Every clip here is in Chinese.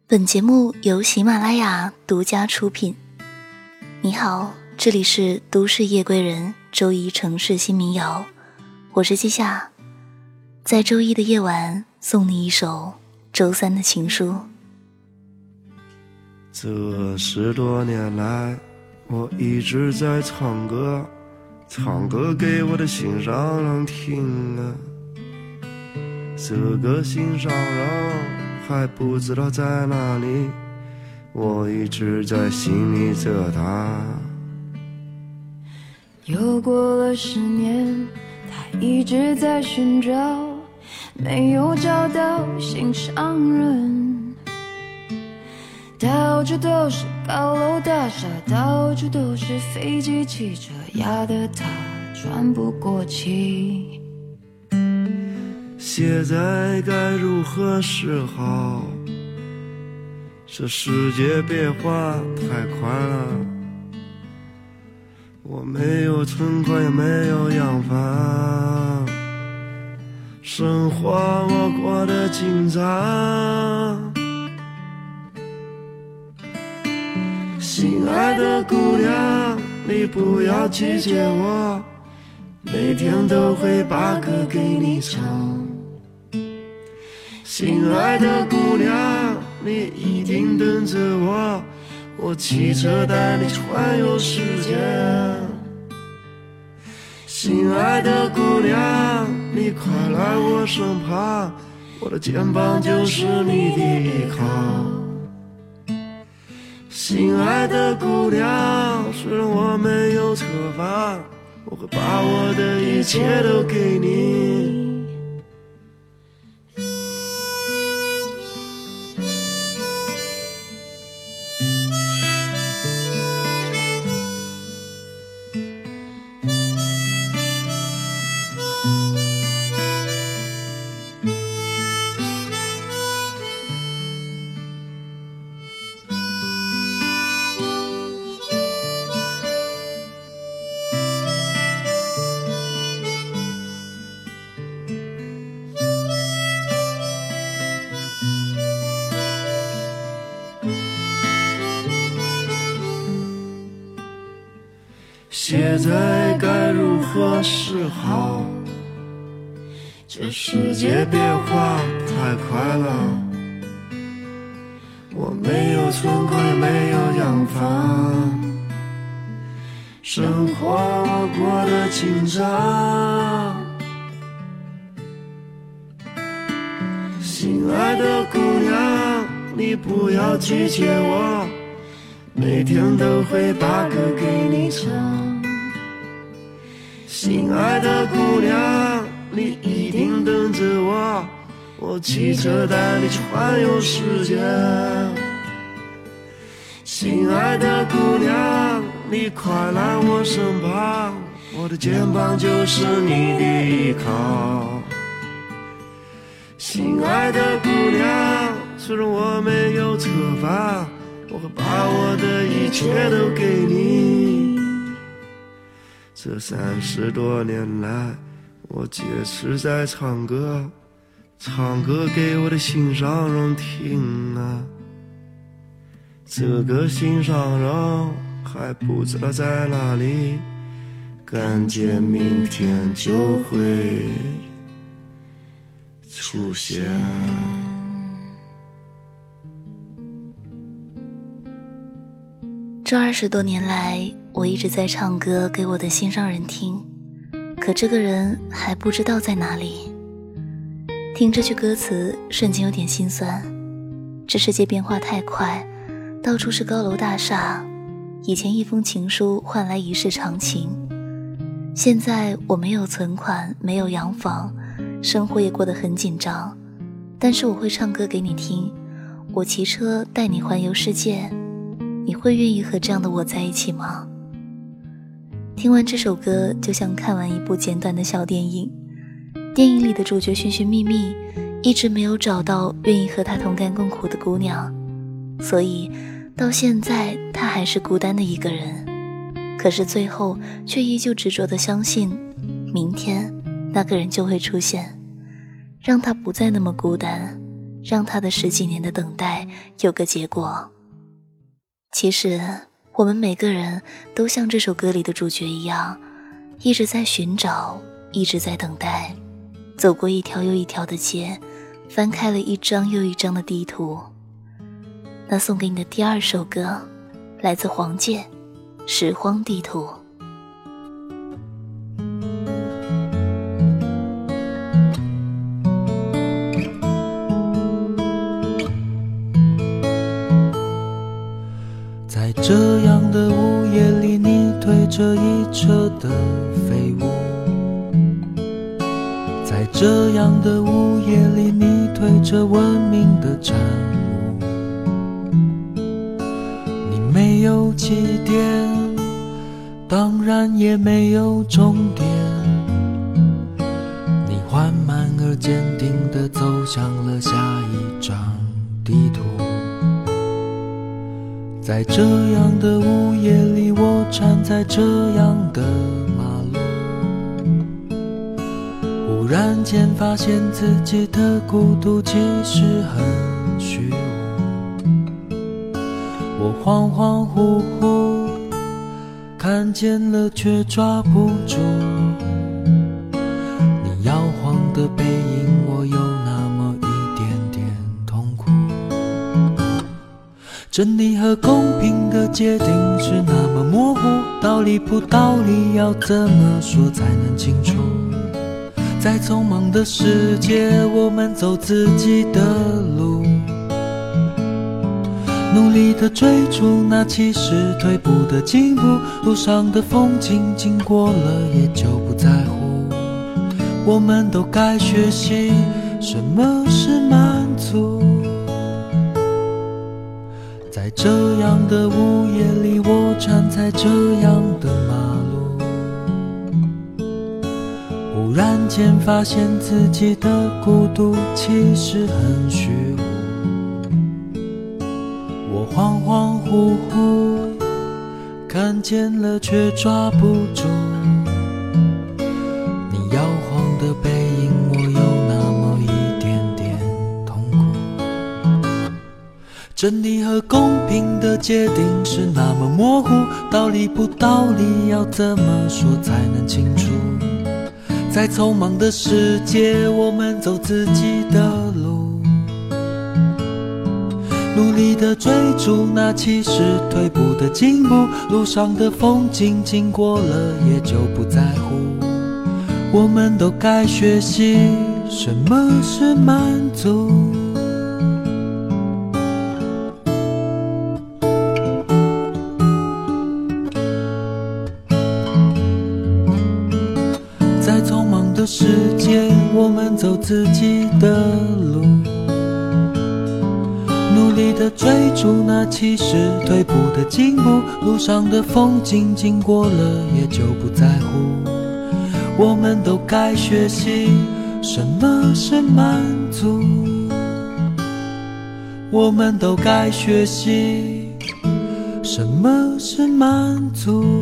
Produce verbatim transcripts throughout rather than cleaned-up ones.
本节目由喜马拉雅独家出品。你好，这里是都市夜归人周一城市新民谣，我是季夏，在周一的夜晚送你一首周三的情书。 这十多年来，我一直在唱歌，唱歌给我的心上人听啊。这个心上人还不知道在哪里，我一直在心里着他。 又过了十年，他一直在寻找，没有找到心上人。到处都是高楼大厦，到处都是飞机汽车，压得他喘不过气。 现在该如何是好？这世界变化太快了，我没有存款也没有洋房，生活我过得紧张。心爱的姑娘，你不要拒绝我，每天都会把歌给你唱。心爱的姑娘，你一定等着我，我骑车带你环游世界。心爱的姑娘，你快来我身旁，我的肩膀就是你的依靠。心爱的姑娘，虽然我没有车房，我会把我的一切都给你。现在该如何是好？这世界变化太快了，我没有存款也没有洋房，生活我过得紧张。心爱的姑娘，你不要拒绝我，每天都会把歌给你唱。心爱的姑娘，你一定等着我，我骑车带你去环游世界。心爱的姑娘，你快来我身旁，我的肩膀就是你的依靠。心爱的姑娘，虽然我没有车房，我会把我的一切都给你。这三十多年来，我坚持在唱歌，唱歌给我的心上人听啊。这个心上人还不知道在哪里，感觉明天就会出现。 这二十多年来，我一直在唱歌给我的心上人听，可这个人还不知道在哪里。听这句歌词，瞬间有点心酸。这世界变化太快，到处是高楼大厦，以前一封情书换来一世长情，现在我没有存款，没有洋房，生活也过得很紧张，但是我会唱歌给你听，我骑车带你环游世界，你会愿意和这样的我在一起吗？听完这首歌，就像看完一部简短的小电影。电影里的主角寻寻觅觅，一直没有找到愿意和他同甘共苦的姑娘，所以到现在他还是孤单的一个人。可是最后却依旧执着地相信，明天那个人就会出现，让他不再那么孤单， 让他的十几年的等待有个结果。其实我们每个人都像这首歌里的主角一样，一直在寻找，一直在等待，走过一条又一条的街，翻开了一张又一张的地图。那送给你的第二首歌来自黄玠，时荒地图。 在这样的午夜里，你推着一车的废物。在这样的午夜里，你推着文明的产物。你没有起点，当然也没有终点。你缓慢而坚定地走向了下一张地图。在这样的午夜里，我站在这样的马路，忽然间发现自己的孤独其实很虚无。我恍恍惚惚看见了却抓不住，你摇晃的背影，我有那么一点点痛苦。真理和公平的界定是那么模糊，道理不道理要怎么说才能清楚？在匆忙的世界，我们走自己的路，努力的追逐那其实退步的进步，路上的风景经过了也就不在乎。我们都该学习什么是满足。在这样的午夜里，我站在这样的马路，忽然间发现自己的孤独其实很虚无。我恍恍惚惚看见了却抓不住，你摇晃的背影，我有那么一点点痛苦。真理和公平的界定是那么模糊，道理不道理要怎么说才能清楚？在匆忙的世界，我们走自己的路，努力的追逐那其实退步的进步，路上的风景经过了也就不在乎。我们都该学习什么是满足。在匆忙的世界，我们走自己的路，努力的追逐那其实退步的进步，路上的风景经过了也就不在乎。我们都该学习什么是满足，我们都该学习什么是满足。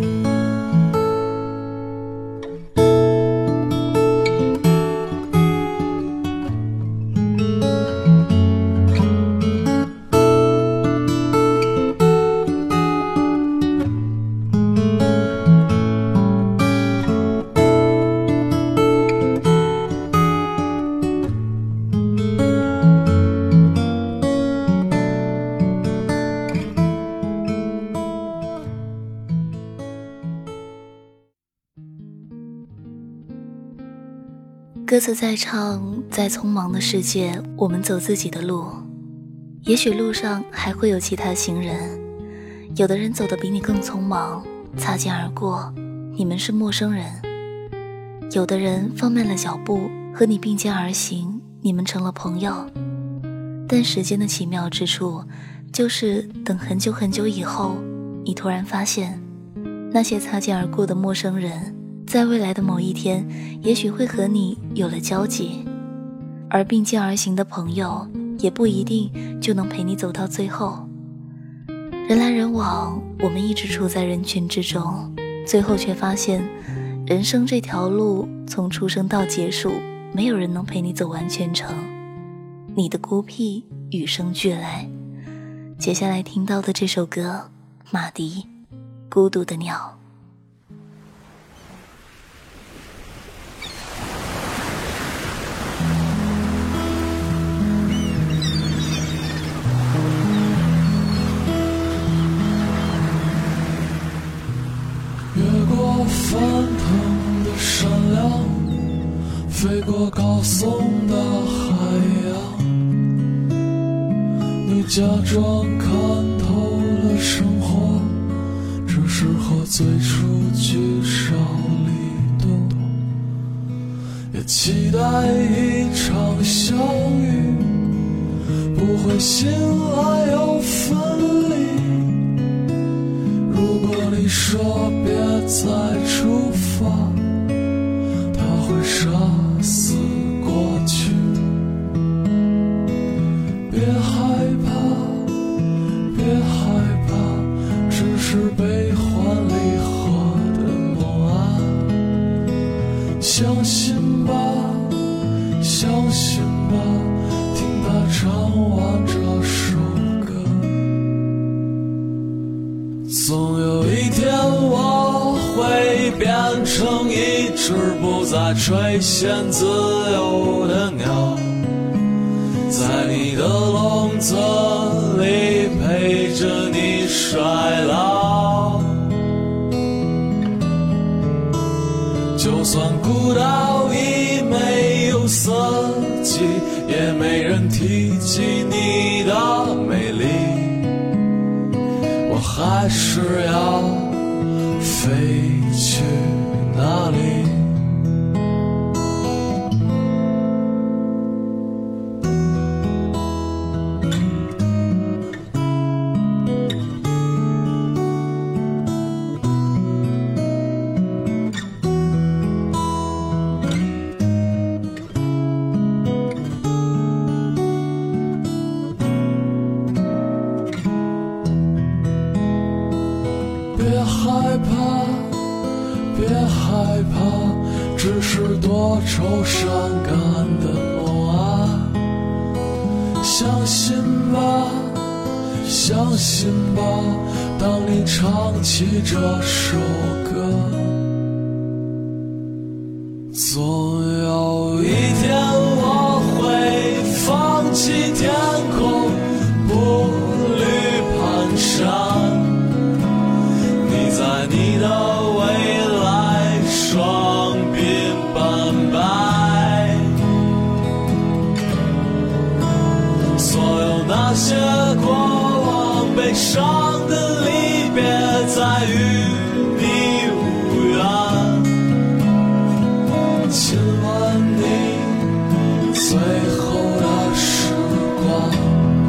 歌词在唱，在匆忙的世界，我们走自己的路。也许路上还会有其他行人，有的人走得比你更匆忙，擦肩而过，你们是陌生人；有的人放慢了脚步，和你并肩而行，你们成了朋友。但时间的奇妙之处，就是等很久很久以后，你突然发现，那些擦肩而过的陌生人，在未来的某一天，也许会和你有了交集，而并肩而行的朋友，也不一定就能陪你走到最后。人来人往，我们一直处在人群之中，最后却发现，人生这条路从出生到结束，没有人能陪你走完全程。 你的孤僻与生俱来。接下来听到的这首歌，马迪，孤独的鸟。 越过翻腾的山梁，飞过高耸的海洋，你假装看透了生活，只是和最初聚少离多，也期待一场相遇，不会醒来又分离。如果你说别再出发，它会杀死过去。别害怕，别害怕，只是悲欢离合的梦啊！相信吧，相信吧，听他唱完这首歌。总有一天我会变成一只不再垂涎自由的鸟，在你的笼子里陪着你衰老。就算孤岛已没有色季，也没人提及你的美丽，我还是要飞去哪里？别害怕，别害怕，只是多愁善感的梦啊！相信吧，相信吧，当你唱起这首歌，总有一天我会放弃天空，步履蹒跚。在你的未来，双鬓斑白，所有那些过往悲伤的离别，再与你无缘。亲吻你最后的时光。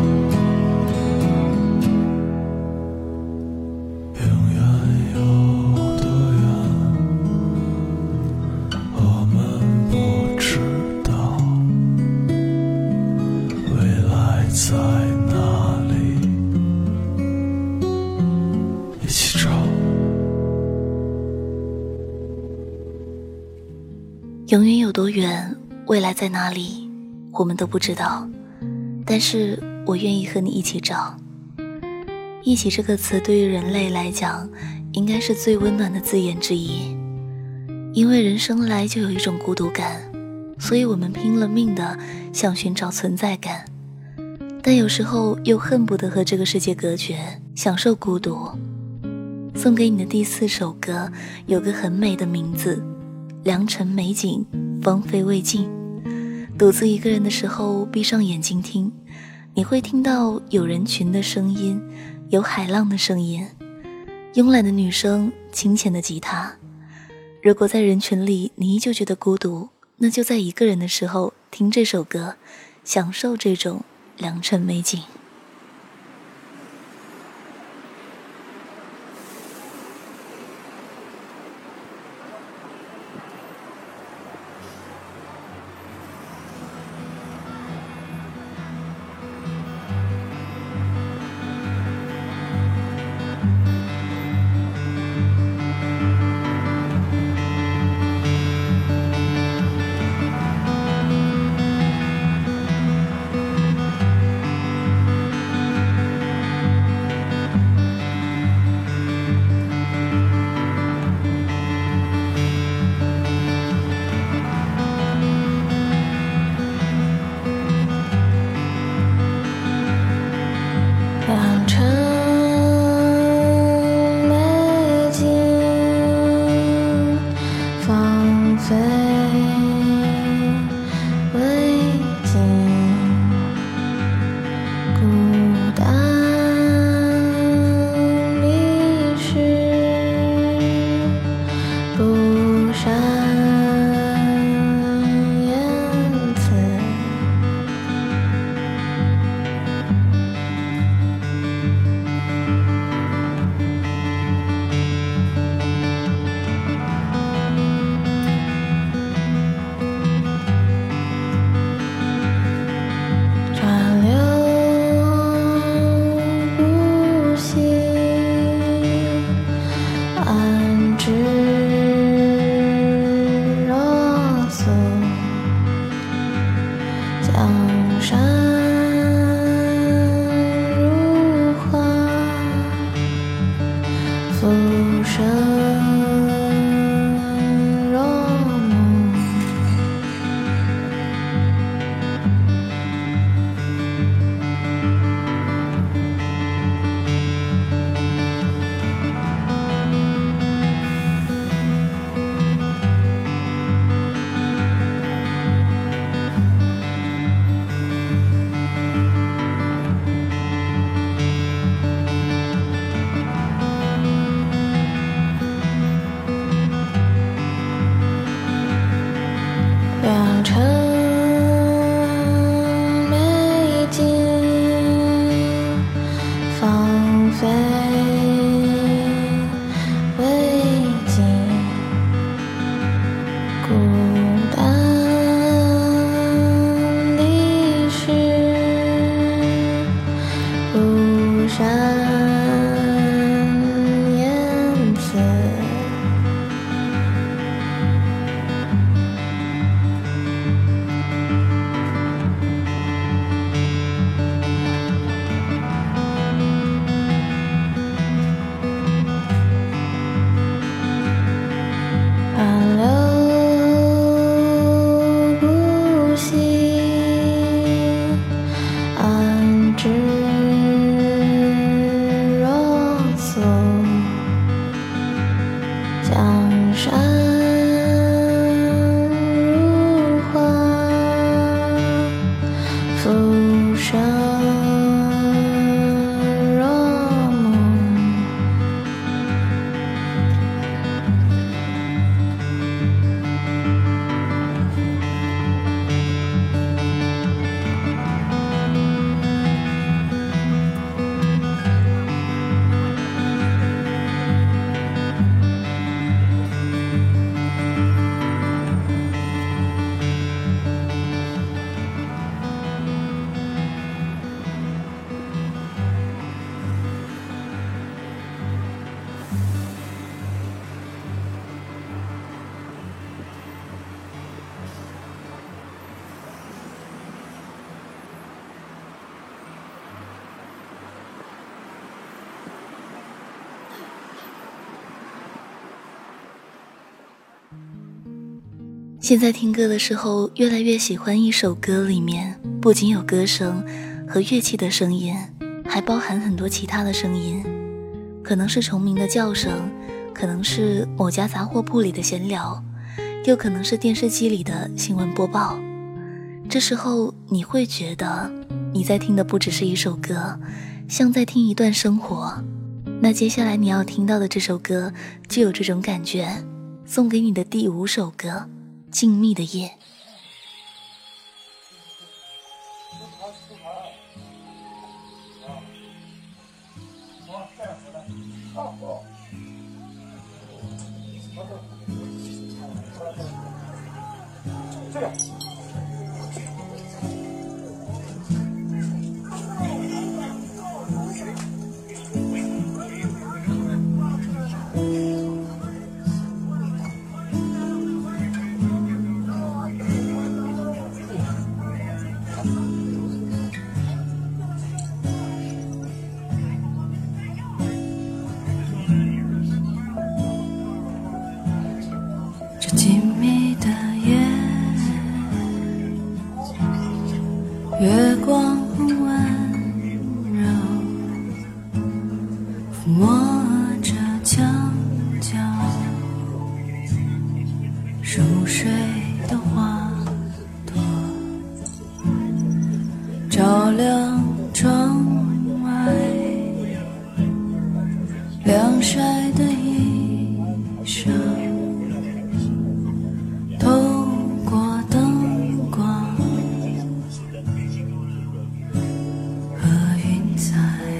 永远有多远，未来在哪里，我们都不知道，但是我愿意和你一起找。一起这个词对于人类来讲，应该是最温暖的字眼之一。因为人生来就有一种孤独感，所以我们拼了命的想寻找存在感，但有时候又恨不得和这个世界隔绝，享受孤独。送给你的第四首歌有个很美的名字，良辰美景，芳菲未尽。独自一个人的时候，闭上眼睛听，你会听到有人群的声音，有海浪的声音，慵懒的女声，清浅的吉他。如果在人群里你依旧觉得孤独，那就在一个人的时候听这首歌，享受这种良辰美景。 现在听歌的时候，越来越喜欢一首歌里面不仅有歌声和乐器的声音，还包含很多其他的声音，可能是虫鸣的叫声，可能是某家杂货铺里的闲聊，又可能是电视机里的新闻播报。这时候你会觉得你在听的不只是一首歌，像在听一段生活。那接下来你要听到的这首歌就有这种感觉，送给你的第五首歌，静谧的夜。 这个月光很温柔，抚摸着墙角熟睡的花朵，照亮窗外晾晒的衣裳，透过灯光和云彩，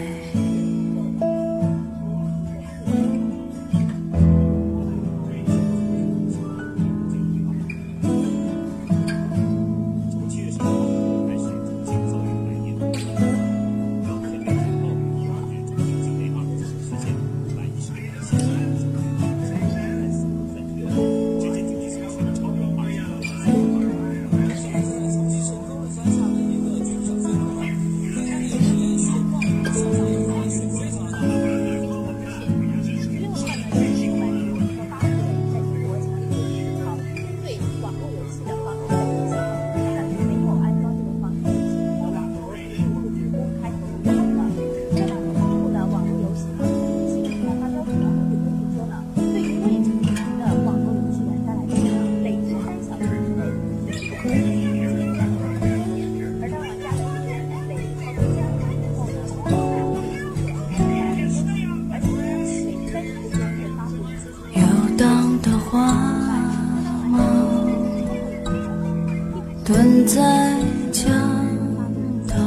蹲在墙头，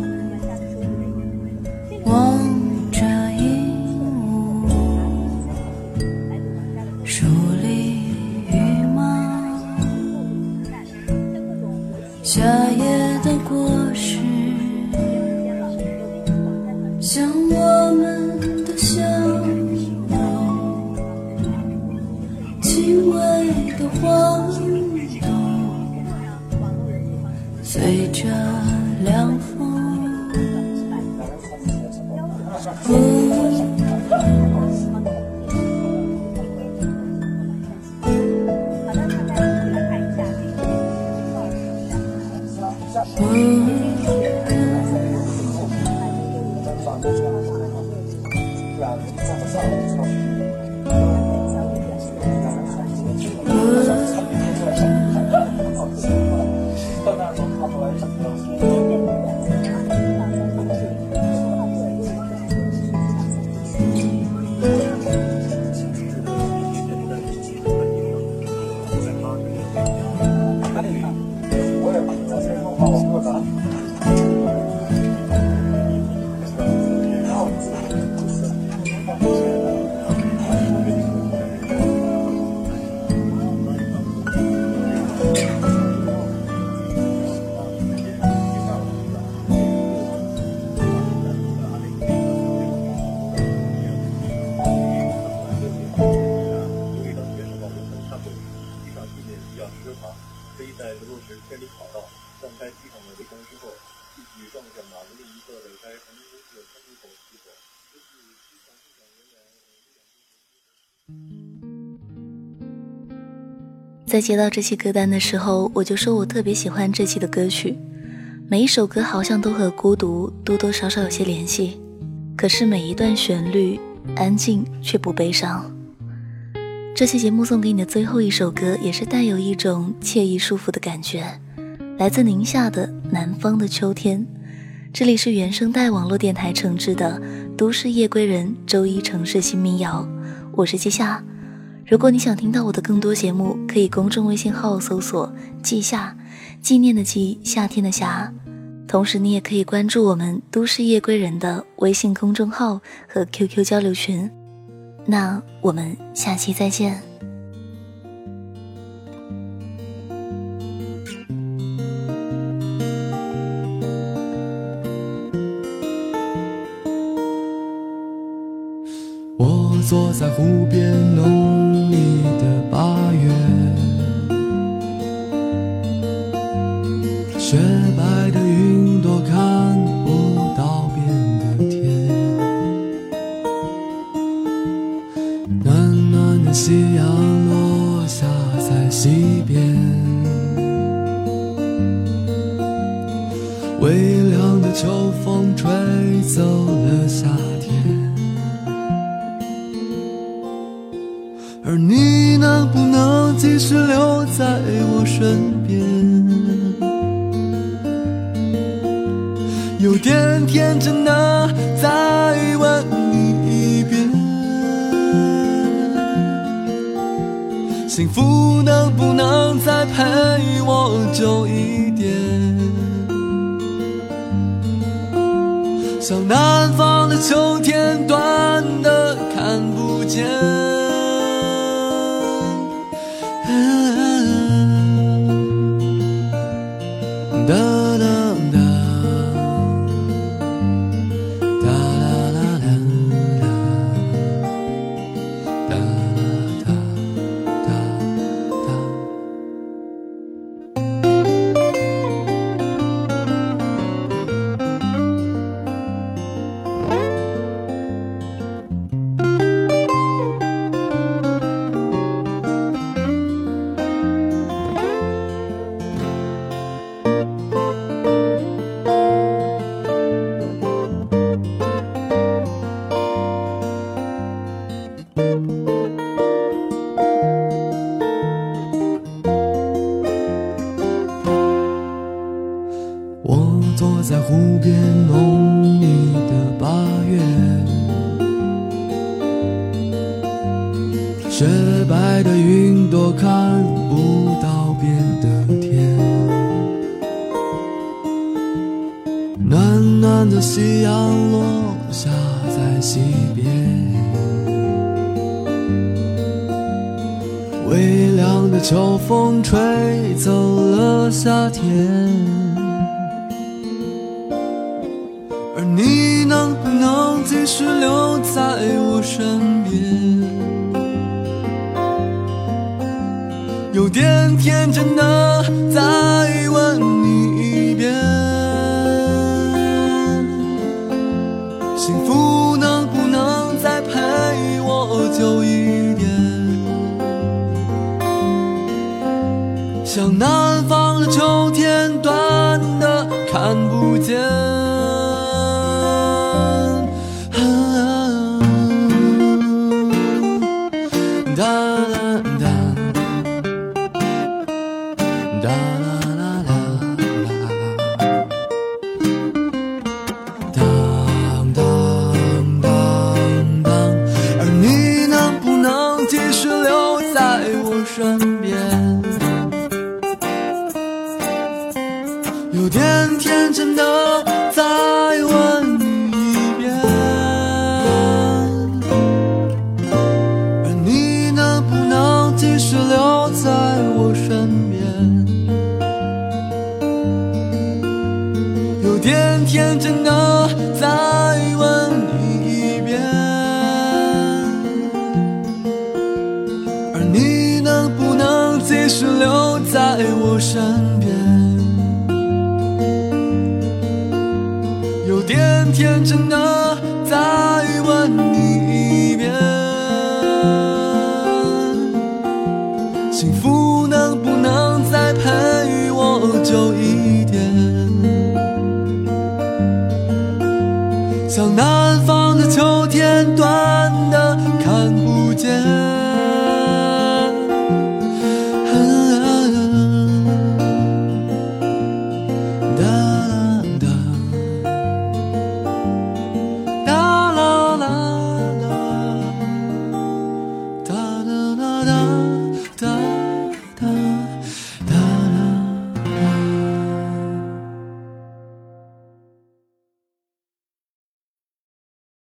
望着鹦鹉，梳理羽毛，夏夜的果实，像我们的笑容，轻微的晃动，随着凉风， 在接到这期歌单的时候，我就说我特别喜欢这期的歌曲，每一首歌好像都和孤独多多少少有些联系，可是每一段旋律安静却不悲伤。这期节目送给你的最后一首歌，也是带有一种惬意舒服的感觉，来自宁夏的南方的秋天。这里是原声带网络电台承制的都市夜归人周一城市新民谣，我是季夏。如果你想听到我的更多节目，可以公众微信号搜索季夏，纪念的季，夏天的夏。同时你也可以关注我们都市夜归人的微信公众号和 Q Q 交流群。那我们下期再见。 我坐在湖边浓丽的八月，雪白的云朵看不到边的天，暖暖的夕阳落下在西边，微凉的秋风吹走了夏天，而你能不能继续留在我身边，有点天真的再问你一遍，幸福能不能再陪我久一点，像南方的秋天短的看不见，哒哒哒，哒啦啦啦啦，哒哒哒哒。我坐在湖边浓丽的八月，雪白的云朵看不到边的天，暖暖的夕阳落下在西边，微凉的秋风吹走了夏天，而你能不能继续留在我身边，有点天真的再问你一遍，幸福能不能再陪我久一点，像南方的秋天短的看不见，哒啦哒，哒啦啦啦啦，当当当当，而你能不能继续留在我身边，有点天真的再问你一遍，而你能不能继续留在我身边，有点天真的再问你一遍，而你能不能继续留在我身边，有点天真的再问你一遍，幸福能像南方的秋天，短的看不见。